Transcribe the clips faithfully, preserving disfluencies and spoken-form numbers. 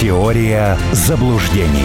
Теория заблуждений.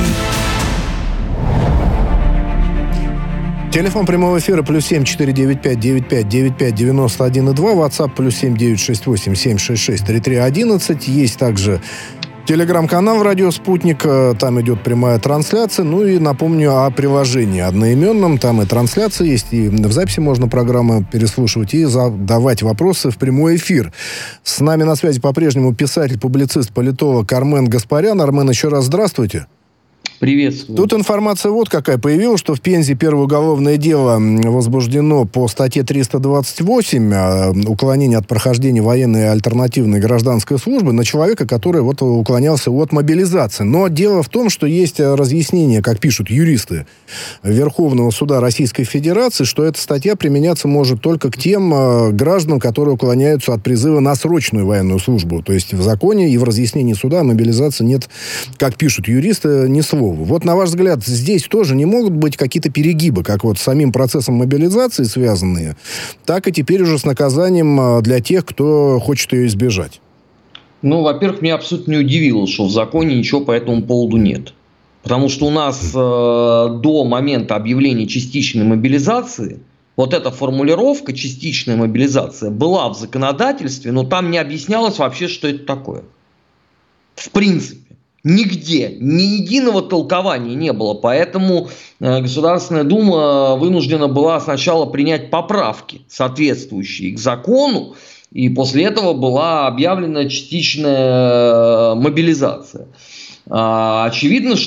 Телефон прямого эфира плюс семь четыре девять пять девять пять девять пять девяносто один и два. WhatsApp плюс семь девять шесть восемь семь шесть шесть три три одиннадцать. Есть также телеграм-канал «Радио Спутник». Там идет прямая трансляция. Ну и напомню о приложении одноименном. Там и трансляция есть, и в записи можно программу переслушивать и задавать вопросы в прямой эфир. С нами на связи по-прежнему писатель, публицист, политолог Армен Гаспарян. Армен, еще раз здравствуйте. Приветствую. Тут информация вот какая появилась, что в Пензе первое уголовное дело возбуждено по статье триста двадцать восемь «Уклонение от прохождения военной и альтернативной гражданской службы» на человека, который вот уклонялся от мобилизации. Но дело в том, что есть разъяснение, как пишут юристы Верховного суда Российской Федерации, что эта статья применяться может только к тем гражданам, которые уклоняются от призыва на срочную военную службу. То есть в законе и в разъяснении суда о мобилизации нет, как пишут юристы, ни слова. Вот, на ваш взгляд, здесь тоже не могут быть какие-то перегибы, как вот с самим процессом мобилизации связанные, так и теперь уже с наказанием для тех, кто хочет ее избежать? Ну, во-первых, меня абсолютно не удивило, что в законе ничего по этому поводу нет. Потому что у нас э, до момента объявления частичной мобилизации вот эта формулировка «частичная мобилизация» была в законодательстве, но там не объяснялось вообще, что это такое. В принципе. Нигде, ни единого толкования не было, поэтому Государственная Дума вынуждена была сначала принять поправки, соответствующие к закону, и после этого была объявлена частичная мобилизация. Очевидно,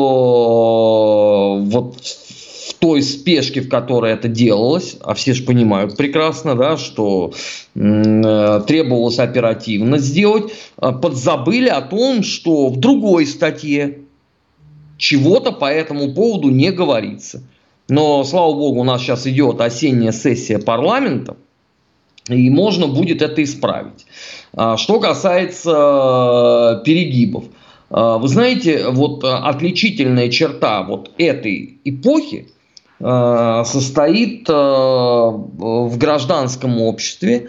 что вот в той спешке, в которой это делалось, а все же понимают прекрасно, да, что э, требовалось оперативно сделать, э, подзабыли о том, что в другой статье чего-то по этому поводу не говорится. Но, слава богу, у нас сейчас идет осенняя сессия парламента, и можно будет это исправить. А что касается э, перегибов. Э, вы знаете, вот отличительная черта вот этой эпохи состоит в гражданском обществе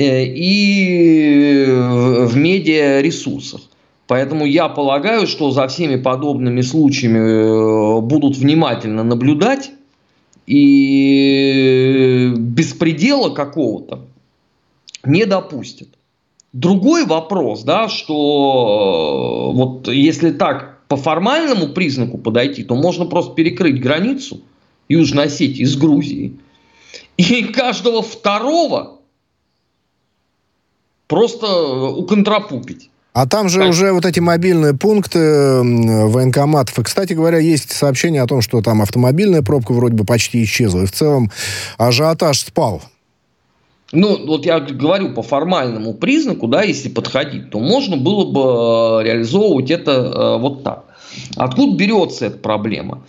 и в медиаресурсах. Поэтому я полагаю, что за всеми подобными случаями будут внимательно наблюдать и беспредела какого-то не допустят. Другой вопрос, да, что вот если так по формальному признаку подойти, то можно просто перекрыть границу Южной Осетии с Грузией. И каждого второго просто уконтрапупить. А там же так. Уже вот эти мобильные пункты военкоматов. И, кстати говоря, есть сообщение о том, что там автомобильная пробка вроде бы почти исчезла. И в целом ажиотаж спал. Ну, вот я говорю, по формальному признаку, да, если подходить, то можно было бы реализовывать это вот так. Откуда берется эта проблема?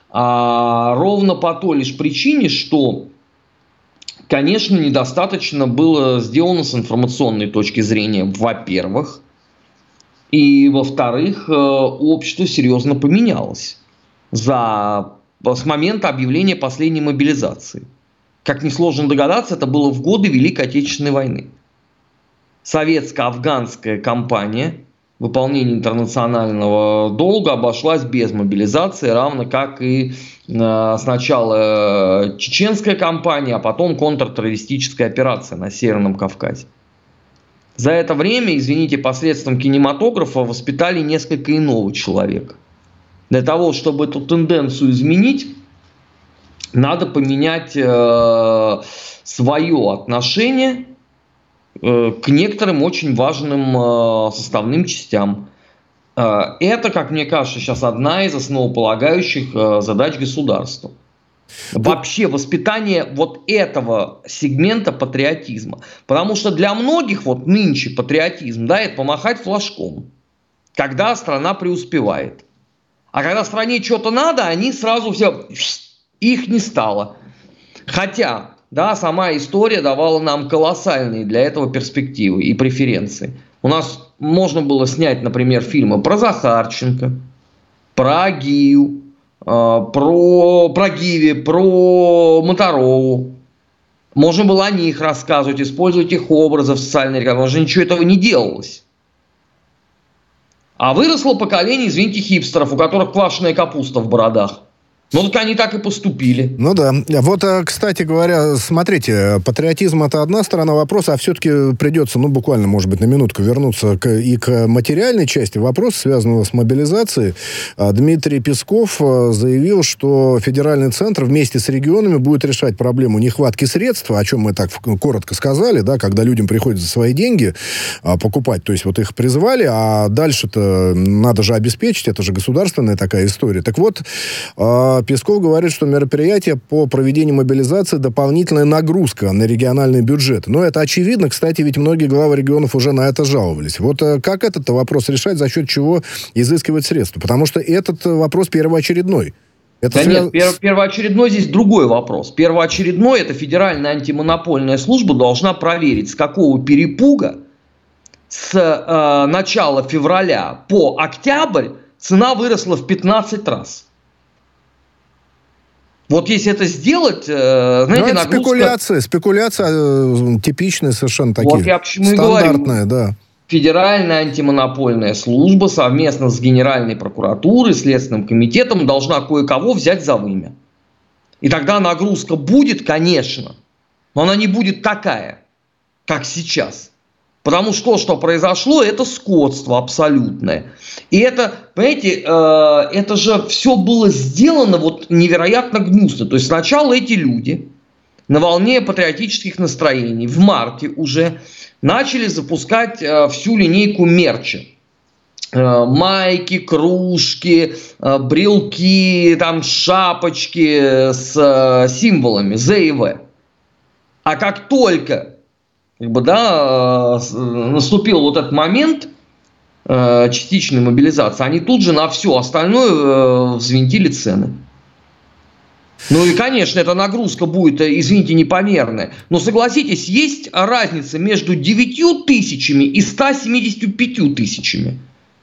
А ровно по той лишь причине, что, конечно, недостаточно было сделано с информационной точки зрения, во-первых, и, во-вторых, общество серьезно поменялось за, с момента объявления последней мобилизации. Как несложно догадаться, это было в годы Великой Отечественной войны. Советско-афганская кампания выполнение интернационального долга обошлась без мобилизации, равно как и э, сначала чеченская кампания, а потом контртеррористическая операция на Северном Кавказе. За это время, извините, посредством кинематографа воспитали несколько иного человека. Для того, чтобы эту тенденцию изменить, надо поменять э, свое отношение к некоторым очень важным э, составным частям. Э, это, как мне кажется, сейчас одна из основополагающих э, задач государства. Вообще воспитание вот этого сегмента патриотизма. Потому что для многих вот нынче патриотизм, да, это помахать флажком, когда страна преуспевает. А когда стране что-то надо, они сразу все, их не стало. Хотя... Да, сама история давала нам колоссальные для этого перспективы и преференции. У нас можно было снять, например, фильмы про Захарченко, про Агию, э, про, про Гиви, про Моторову. Можно было о них рассказывать, использовать их образы в социальной рекламе. Уже ничего этого не делалось. А выросло поколение, извините, хипстеров, у которых квашеная капуста в бородах. Ну, так они так и поступили. Ну да. Вот, кстати говоря, смотрите, патриотизм — это одна сторона вопроса, а все-таки придется, ну, буквально, может быть, на минутку вернуться к, и к материальной части вопроса, связанного с мобилизацией. Дмитрий Песков заявил, что федеральный центр вместе с регионами будет решать проблему нехватки средств, о чем мы так коротко сказали, да, когда людям приходится свои деньги покупать, то есть вот их призвали, а дальше-то надо же обеспечить, это же государственная такая история. Так вот, Песков говорит, что мероприятие по проведению мобилизации — дополнительная нагрузка на региональные бюджеты. Но это очевидно. Кстати, ведь многие главы регионов уже на это жаловались. Вот как этот вопрос решать, за счет чего изыскивать средства? Потому что этот вопрос первоочередной. Это да связ... нет, пер- первоочередной здесь другой вопрос. Первоочередной — это Федеральная антимонопольная служба должна проверить, с какого перепуга с э, начала февраля по октябрь цена выросла в пятнадцать раз. Вот если это сделать, знаете, ну, это нагрузка... спекуляция, спекуляция типичная совершенно такие. Вот я почему стандартная, и говорю. Да. Федеральная антимонопольная служба совместно с Генеральной прокуратурой, Следственным комитетом должна кое-кого взять за вымя. И тогда нагрузка будет, конечно, но она не будет такая, как сейчас. Потому что то, что произошло, это скотство абсолютное. И это, понимаете, э, это же все было сделано вот невероятно гнусно. То есть сначала эти люди на волне патриотических настроений в марте уже начали запускать э, всю линейку мерча. Э, майки, кружки, э, брелки, там, шапочки с э, символами З и В. А как только... Как бы, да, наступил вот этот момент э, частичной мобилизации, они тут же на все остальное э, взвинтили цены. Ну и, конечно, эта нагрузка будет, извините, непомерная. Но согласитесь, есть разница между девятью тысячами и ста семидесятью пятью тысячами.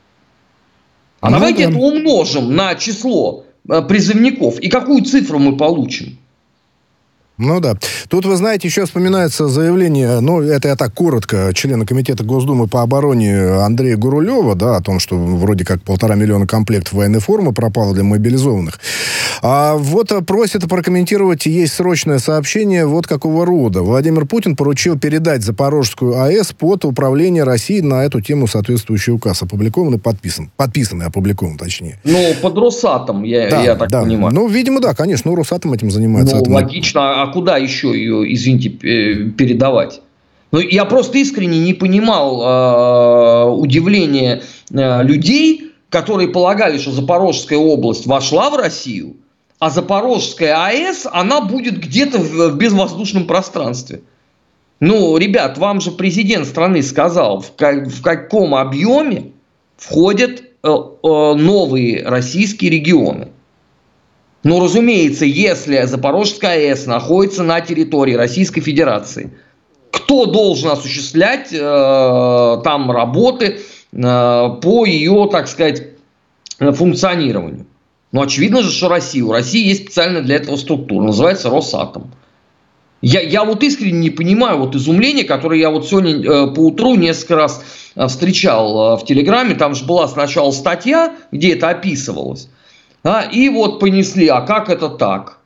А ну, давайте да. это умножим на число э, призывников. И какую цифру мы получим? Ну да. Тут, вы знаете, еще вспоминается заявление, ну, это я так коротко, члена комитета Госдумы по обороне Андрея Гурулева, да, о том, что вроде как полтора миллиона комплектов военной формы пропало для мобилизованных. А вот просит прокомментировать, есть срочное сообщение вот какого рода. Владимир Путин поручил передать Запорожскую АЭС под управление России, на эту тему соответствующий указ опубликован и подписан. Подписан и опубликован, точнее. Ну, под Росатом, я, да, я так да. понимаю. Ну, видимо, да, конечно, ну, Росатом этим занимается. Ну, это логично. А куда еще ее, извините, передавать? Ну, я просто искренне не понимал э, удивления э, людей, которые полагали, что Запорожская область вошла в Россию, а Запорожская АЭС, она будет где-то в, в безвоздушном пространстве. Ну, ребят, вам же президент страны сказал, в, как, в каком объеме входят э, э, новые российские регионы. Ну, разумеется, если Запорожская АЭС находится на территории Российской Федерации, кто должен осуществлять э, там работы э, по ее, так сказать, функционированию? Ну, очевидно же, что Россия. У России есть специально для этого структура, называется Росатом. Я, я вот искренне не понимаю вот изумление, которое я вот сегодня э, поутру несколько раз э, встречал э, в Телеграме. Там же была сначала статья, где это описывалось. А, и вот понесли, а как это так?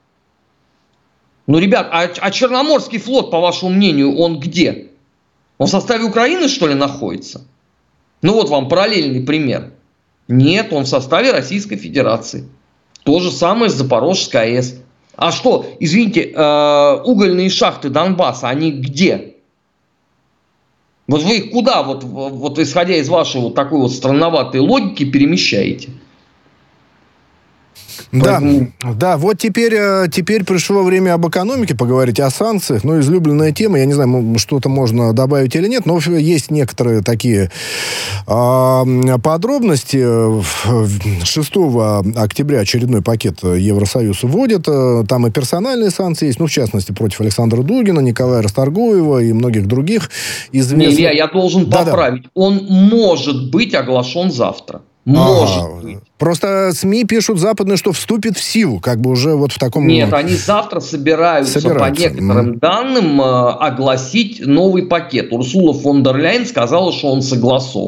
Ну, ребят, а, а Черноморский флот, по вашему мнению, он где? Он в составе Украины, что ли, находится? Ну, вот вам параллельный пример. Нет, он в составе Российской Федерации. То же самое с Запорожской АЭС. А что, извините, э, угольные шахты Донбасса, они где? Вот вы их куда, вот, вот исходя из вашей вот такой вот странноватой логики, перемещаете? Да, да, вот теперь, теперь пришло время об экономике поговорить, о санкциях. Ну, излюбленная тема, я не знаю, что-то можно добавить или нет, но есть некоторые такие э, подробности. шестого октября очередной пакет Евросоюз вводит. Там и персональные санкции есть, ну, в частности, против Александра Дугина, Николая Расторгуева и многих других известных. Не, Илья, я должен да, поправить. Да. Он может быть оглашен завтра. Может а, быть. Просто СМИ пишут западные, что вступит в силу, как бы уже вот в таком... Нет, они завтра собираются, собираются. по некоторым mm. данным, огласить новый пакет. Урсула фон дер Ляйен сказала, что он согласован.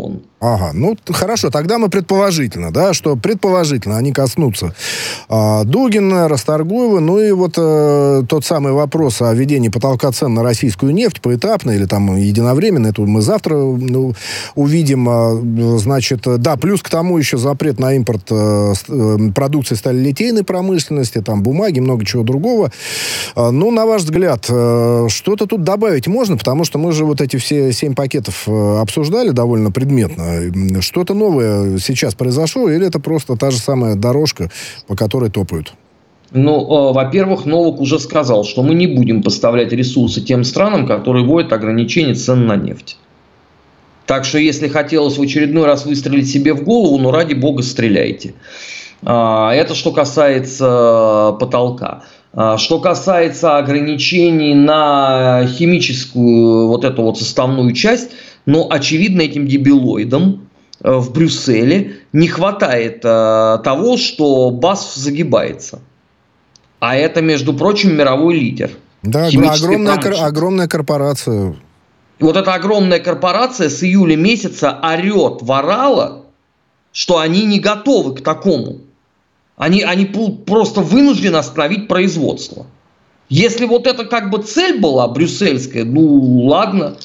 Ага, ну хорошо, тогда мы предположительно, да, что предположительно они коснутся э, Дугина, Расторгуева, ну и вот э, тот самый вопрос о введении потолка цен на российскую нефть поэтапно или там единовременно, это мы завтра ну, увидим, э, значит, да, плюс к тому еще запрет на импорт э, продукции сталелитейной промышленности, там бумаги, много чего другого. Э, ну, на ваш взгляд, э, что-то тут добавить можно, потому что мы же вот эти все семь пакетов э, обсуждали довольно предметно. Что-то новое сейчас произошло, или это просто та же самая дорожка, по которой топают? Ну, э, во-первых, Новак уже сказал, что мы не будем поставлять ресурсы тем странам, которые вводят ограничения цен на нефть. Так что, если хотелось в очередной раз выстрелить себе в голову, ну, ради бога, стреляйте. Э, это что касается потолка. Э, что касается ограничений на химическую вот эту вот составную часть, но, очевидно, этим дебилоидам в Брюсселе не хватает э, того, что БАСФ загибается. А это, между прочим, мировой лидер. Да, огромная, кор- огромная корпорация. И вот эта огромная корпорация с июля месяца орет, ворала, что они не готовы к такому. Они, они просто вынуждены остановить производство. Если вот это как бы цель была брюссельская, ну ладно,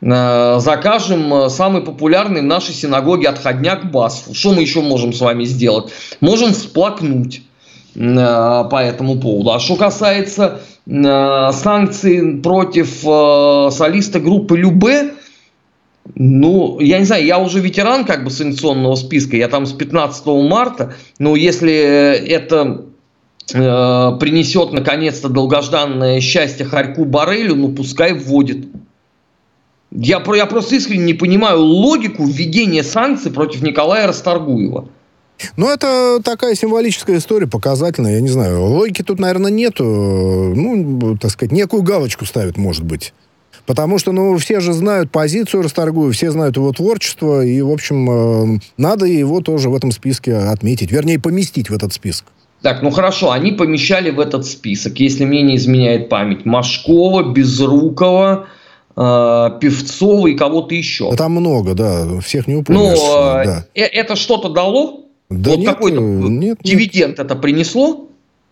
закажем самый популярный в нашей синагоге отходняк БАСФу. Что мы еще можем с вами сделать? Можем всплакнуть по этому поводу. А что касается санкций против солиста группы Любе, ну, я не знаю, я уже ветеран как бы санкционного списка, я там с пятнадцатого марта, но если это принесет наконец-то долгожданное счастье Харьку Боррелю, ну пускай вводит. Я, я просто искренне не понимаю логику введения санкций против Николая Расторгуева. Ну, это такая символическая история, показательная, я не знаю. Логики тут, наверное, нету. Ну, так сказать, некую галочку ставят, может быть. Потому что, ну, все же знают позицию Расторгуева, все знают его творчество, и, в общем, надо его тоже в этом списке отметить. Вернее, поместить в этот список. Так, ну хорошо, они помещали в этот список, если мне не изменяет память, Машкова, Безрукова, Певцова и кого-то еще. Да там много, да, всех не упомнишь. Но да. это что-то дало? Да вот нет, какой-то нет, дивиденд нет. Это принесло?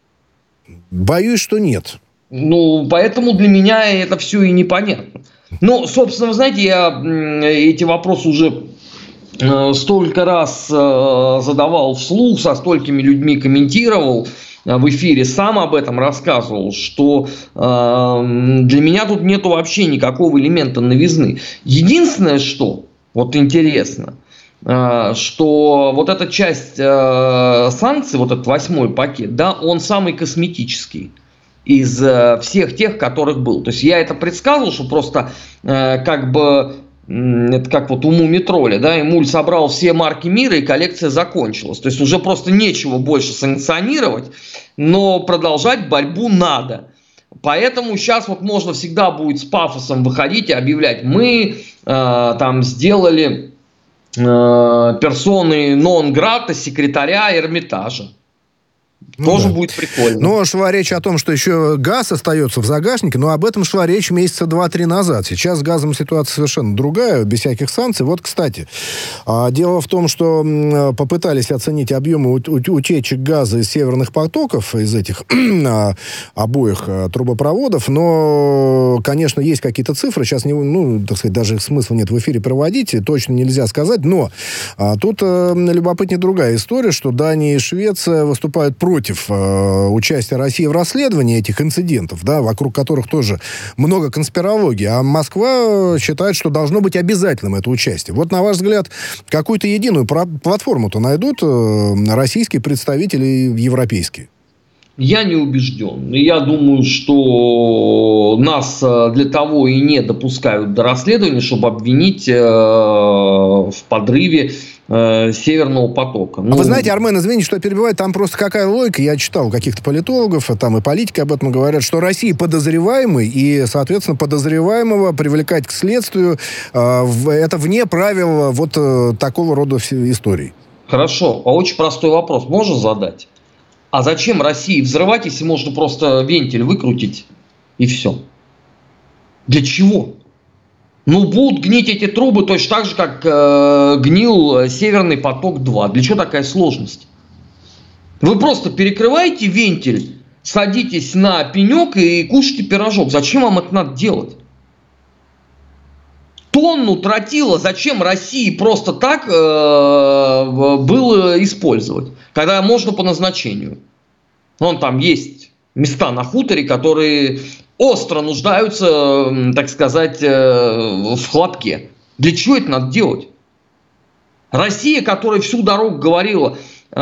Боюсь, что нет. Ну, поэтому для меня это все и непонятно. Ну, собственно, вы знаете, я эти вопросы уже столько раз задавал вслух, со столькими людьми комментировал в эфире, сам об этом рассказывал, что э, для меня тут нету вообще никакого элемента новизны. Единственное, что вот интересно, э, что вот эта часть э, санкций, вот этот восьмой пакет, да, он самый косметический из э, всех тех, которых был. То есть я это предсказывал, что просто э, как бы это как вот у Мумитроля, да, и Муль собрал все марки мира, и коллекция закончилась. То есть уже просто нечего больше санкционировать, но продолжать борьбу надо. Поэтому сейчас вот можно всегда будет с пафосом выходить и объявлять: мы э, там сделали э, персоны нон-грата секретаря Эрмитажа. Ну, тоже да. будет прикольно. Но шла речь о том, что еще газ остается в загашнике, но об этом шла речь месяца два-три назад. Сейчас с газом ситуация совершенно другая, без всяких санкций. Вот, кстати, дело в том, что попытались оценить объемы утечек газа из северных потоков, из этих обоих трубопроводов, но, конечно, есть какие-то цифры, сейчас, не, ну, так сказать, даже их смысла нет в эфире проводить, точно нельзя сказать, но тут любопытнее другая история, что Дания и Швеция выступают против против э, участия России в расследовании этих инцидентов, да, вокруг которых тоже много конспирологии, а Москва считает, что должно быть обязательным это участие. Вот, на ваш взгляд, какую-то единую про- платформу-то найдут э, российские представители и европейские? Я не убежден. Я думаю, что нас для того и не допускают до расследования, чтобы обвинить э, в подрыве э, Северного потока. Ну, а вы знаете, Армен, извините, что перебиваю, там просто какая логика, я читал у каких-то политологов, там и политики об этом говорят, что Россия подозреваемый, и, соответственно, подозреваемого привлекать к следствию, э, это вне правил вот э, такого рода историй. Хорошо, а очень простой вопрос можно задать? А зачем России взрывать, если можно просто вентиль выкрутить и все? Для чего? Ну, будут гнить эти трубы точно так же, как э, гнил Северный поток-два. Для чего такая сложность? Вы просто перекрываете вентиль, садитесь на пенек и кушайте пирожок. Зачем вам это надо делать? Тонну тротила зачем России просто так э, было использовать, когда можно по назначению? Вон там есть места на хуторе, которые остро нуждаются, так сказать, в хлопке. Для чего это надо делать? Россия, которая всю дорогу говорила,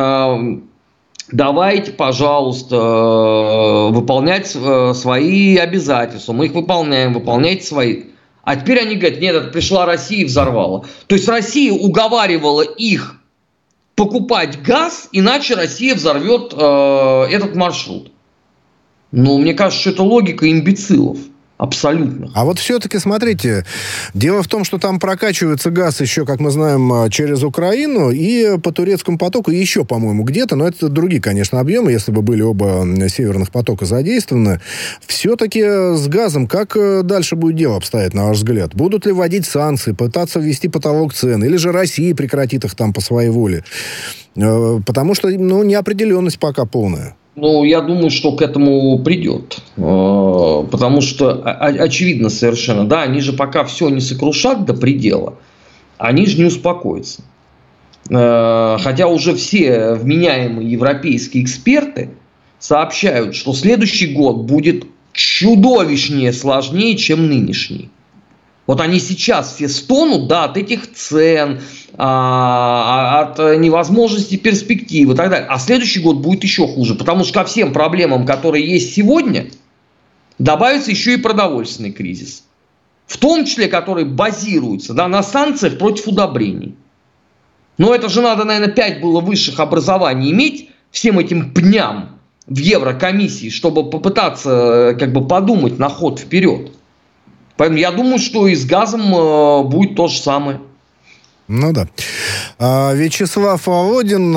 давайте, пожалуйста, выполнять свои обязательства. Мы их выполняем, выполняйте свои. А теперь они говорят, нет, это пришла Россия и взорвала. То есть Россия уговаривала их покупать газ, иначе Россия взорвет этот маршрут. Ну, мне кажется, что это логика имбецилов. Абсолютно. А вот все-таки, смотрите, дело в том, что там прокачивается газ еще, как мы знаем, через Украину и по турецкому потоку еще, по-моему, где-то, но это другие, конечно, объемы, если бы были оба северных потока задействованы. Все-таки с газом как дальше будет дело обстоять, на ваш взгляд? Будут ли вводить санкции, пытаться ввести потолок цен, или же Россия прекратит их там по своей воле? Потому что, ну, неопределенность пока полная. Ну, я думаю, что к этому придет. Потому что очевидно совершенно, да, они же пока все не сокрушат до предела, они же не успокоятся. Хотя уже все вменяемые европейские эксперты сообщают, что следующий год будет чудовищнее сложнее, чем нынешний. Вот они сейчас все стонут, да, от этих цен, а, от невозможности перспектив и так далее. А следующий год будет еще хуже, потому что ко всем проблемам, которые есть сегодня, добавится еще и продовольственный кризис. В том числе, который базируется, да, на санкциях против удобрений. Но это же надо, наверное, пять было высших образований иметь всем этим пням в Еврокомиссии, чтобы попытаться как бы подумать на ход вперед. Поэтому я думаю, что и с газом э, будет то же самое. Ну да. А, Вячеслав Володин,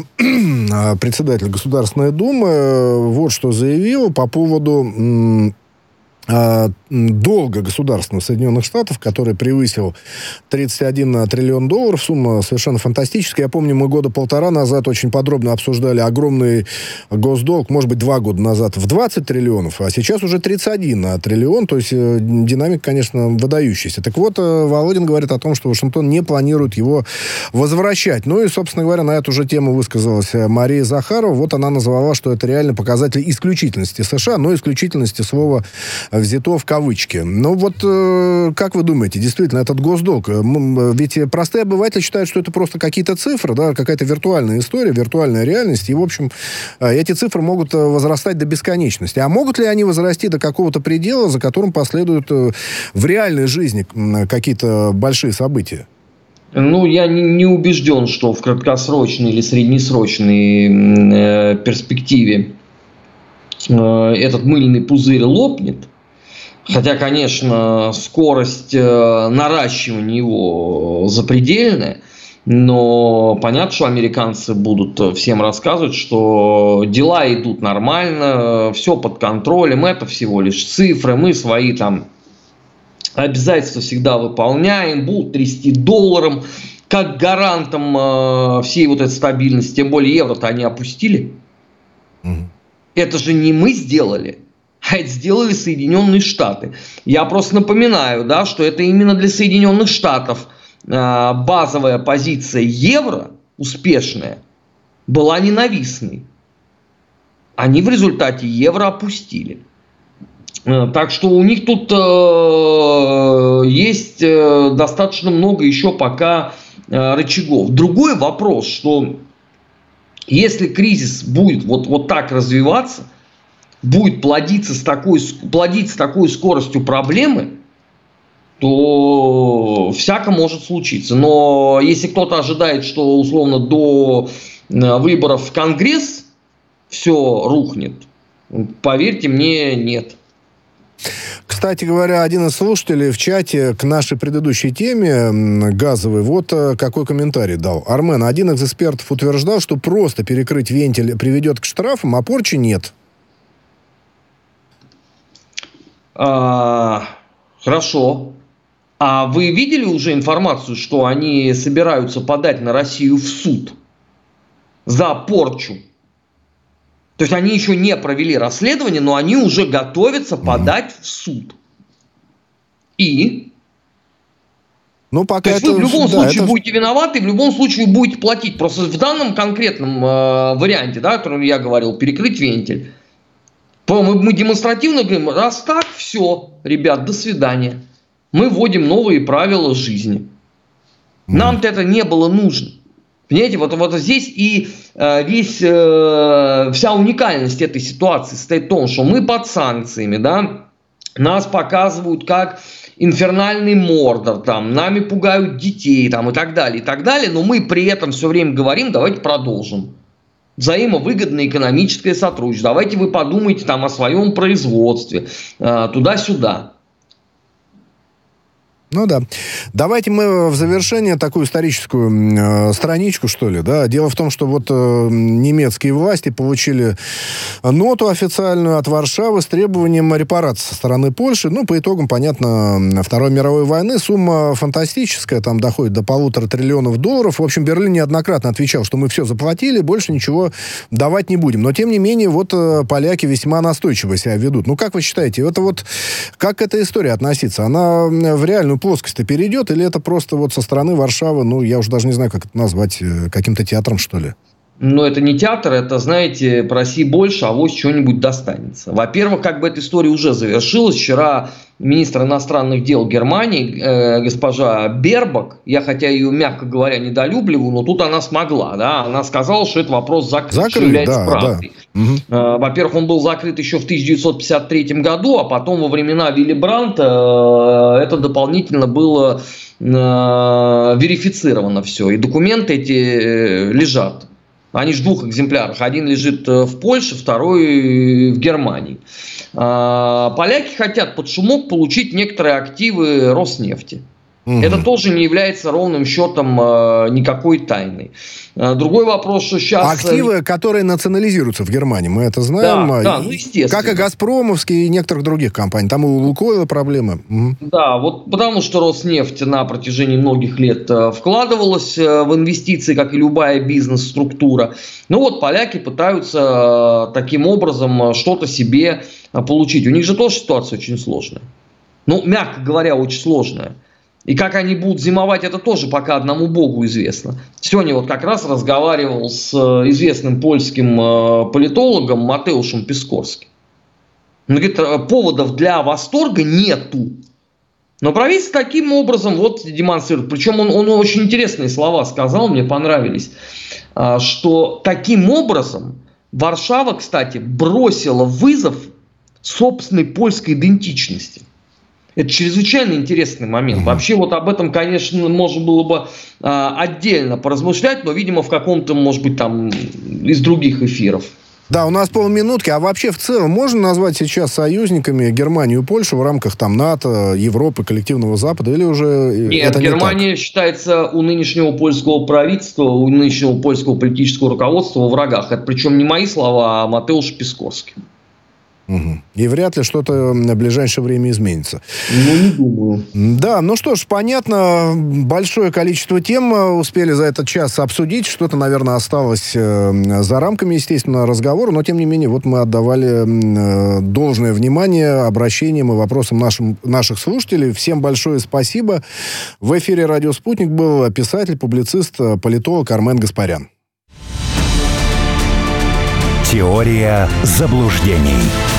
э, председатель Государственной Думы, э, вот что заявил по поводу м, э, долга государственного Соединенных Штатов, который превысил тридцать один триллион долларов. Сумма совершенно фантастическая. Я помню, мы года полтора назад очень подробно обсуждали огромный госдолг, может быть, два года назад в двадцать триллионов, а сейчас уже тридцать один триллион, то есть э, динамика, конечно, выдающаяся. Так вот, э, Володин говорит о том, что Вашингтон не планирует его возвращать. Ну и, собственно говоря, на эту же тему высказалась Мария Захарова. Вот она назвала, что это реально показатель исключительности США, но исключительности слова взято в кавычки. Ну вот, э, как вы думаете, действительно, этот госдолг, ведь простые обыватели считают, что это просто какие-то цифры, да, какая-то виртуальная история, виртуальная реальность, и, в общем, эти цифры могут возрастать до бесконечности. А могут ли они возрасти до какого-то предела, за которым последуют в реальной жизни какие-то большие события? Ну, я не, не убежден, что в краткосрочной или среднесрочной э, перспективе э, этот мыльный пузырь лопнет. Хотя, конечно, скорость э, наращивания его запредельная, но понятно, что американцы будут всем рассказывать, что дела идут нормально, все под контролем, это всего лишь цифры, мы свои там обязательства всегда выполняем, будут трясти долларом, как гарантом э, всей вот этой стабильности, тем более евро-то они опустили. Mm-hmm. Это же не мы сделали. А это сделали Соединенные Штаты. Я просто напоминаю, да, что это именно для Соединенных Штатов э, базовая позиция евро, успешная, была ненавистной. Они в результате евро опустили. Э, так что у них тут э, есть э, достаточно много еще пока э, рычагов. Другой вопрос, что если кризис будет вот, вот так развиваться, будет плодиться с такой, плодиться с такой скоростью проблемы, то всяко может случиться. Но если кто-то ожидает, что условно до выборов в Конгресс все рухнет, поверьте мне, нет. Кстати говоря, один из слушателей в чате к нашей предыдущей теме газовой, вот какой комментарий дал. Армен, один из экспертов утверждал, что просто перекрыть вентиль приведет к штрафам, а порчи нет. А, хорошо. А вы видели уже информацию, что они собираются подать на Россию в суд за порчу? То есть они еще не провели расследование, но они уже готовятся подать в суд. И? Ну, пока То есть это, вы в любом да, случае это... будете виноваты, в любом случае вы будете платить. Просто в данном конкретном э, варианте, да, о котором я говорил, перекрыть вентиль, то мы, мы демонстративно говорим, раз так, все, ребят, до свидания. Мы вводим новые правила жизни. Нам-то это не было нужно. Понимаете, вот, вот здесь и э, весь, э, вся уникальность этой ситуации состоит в том, что мы под санкциями, да, нас показывают как инфернальный Мордор, там, нами пугают детей там, и так далее, и так далее, но мы при этом все время говорим, давайте продолжим. Взаимовыгодное экономическое сотрудничество, давайте вы подумайте там, о своем производстве, э, туда-сюда. Ну да. Давайте мы в завершение такую историческую э, страничку, что ли, да. Дело в том, что вот э, немецкие власти получили ноту официальную от Варшавы с требованием репараций со стороны Польши. Ну, по итогам, понятно, Второй мировой войны. Сумма фантастическая, там доходит до полутора триллионов долларов. В общем, Берлин неоднократно отвечал, что мы все заплатили, больше ничего давать не будем. Но, тем не менее, вот э, поляки весьма настойчиво себя ведут. Ну, как вы считаете, это вот, как к этой истории относиться? Она в реальную плоскость-то перейдет, или это просто вот со стороны Варшавы, ну, я уже даже не знаю, как это назвать, каким-то театром, что ли? Но это не театр, это, знаете, проси больше, авось что-нибудь достанется. Во-первых, как бы эта история уже завершилась. Вчера министр иностранных дел Германии, э, госпожа Бербак, я хотя ее, мягко говоря, недолюбливаю, но тут она смогла, да, она сказала, что этот вопрос закрыт, закрыт что является да, правдой. Да. Угу. Э, во-первых, он был закрыт еще в тысяча девятьсот пятьдесят третьем году, а потом во времена Вилли Брандта э, это дополнительно было э, верифицировано все, и документы эти э, лежат. Они же в двух экземплярах. Один лежит в Польше, второй в Германии. Поляки хотят под шумок получить некоторые активы Роснефти. Угу. Это тоже не является ровным счетом никакой тайной. Другой вопрос, что сейчас... Активы, которые национализируются в Германии, мы это знаем. Да, да, ну, естественно. Как и Газпромовские, и некоторых других компаний. Там у Лукойла проблемы. Угу. Да, вот потому что Роснефть на протяжении многих лет вкладывалась в инвестиции, как и любая бизнес-структура. Ну вот поляки пытаются таким образом что-то себе получить. У них же тоже ситуация очень сложная. Ну, мягко говоря, очень сложная. И как они будут зимовать, это тоже пока одному богу известно. Сегодня вот как раз разговаривал с известным польским политологом Матеушем Пискорским. Он говорит, поводов для восторга нету. Но правительство таким образом вот демонстрирует. Причем он, он очень интересные слова сказал, мне понравились. Что таким образом Варшава, кстати, бросила вызов собственной польской идентичности. Это чрезвычайно интересный момент. Вообще вот об этом, конечно, можно было бы а, отдельно поразмышлять, но, видимо, в каком-то, может быть, там из других эфиров. Да, у нас полминутки. А вообще в целом можно назвать сейчас союзниками Германию и Польшу в рамках там НАТО, Европы, коллективного Запада, или уже Нет, это не Германия так? считается у нынешнего польского правительства, у нынешнего польского политического руководства во врагах. Это причем не мои слова, а Матеуш Пискорский. Угу. И вряд ли что-то в ближайшее время изменится. Ну, не думаю. Да, ну что ж, понятно, большое количество тем успели за этот час обсудить. Что-то, наверное, осталось за рамками, естественно, разговора, но, тем не менее, вот мы отдавали должное внимание обращениям и вопросам нашим, наших слушателей. Всем большое спасибо. В эфире «Радио Спутник» был писатель, публицист, политолог Армен Гаспарян. Теория заблуждений.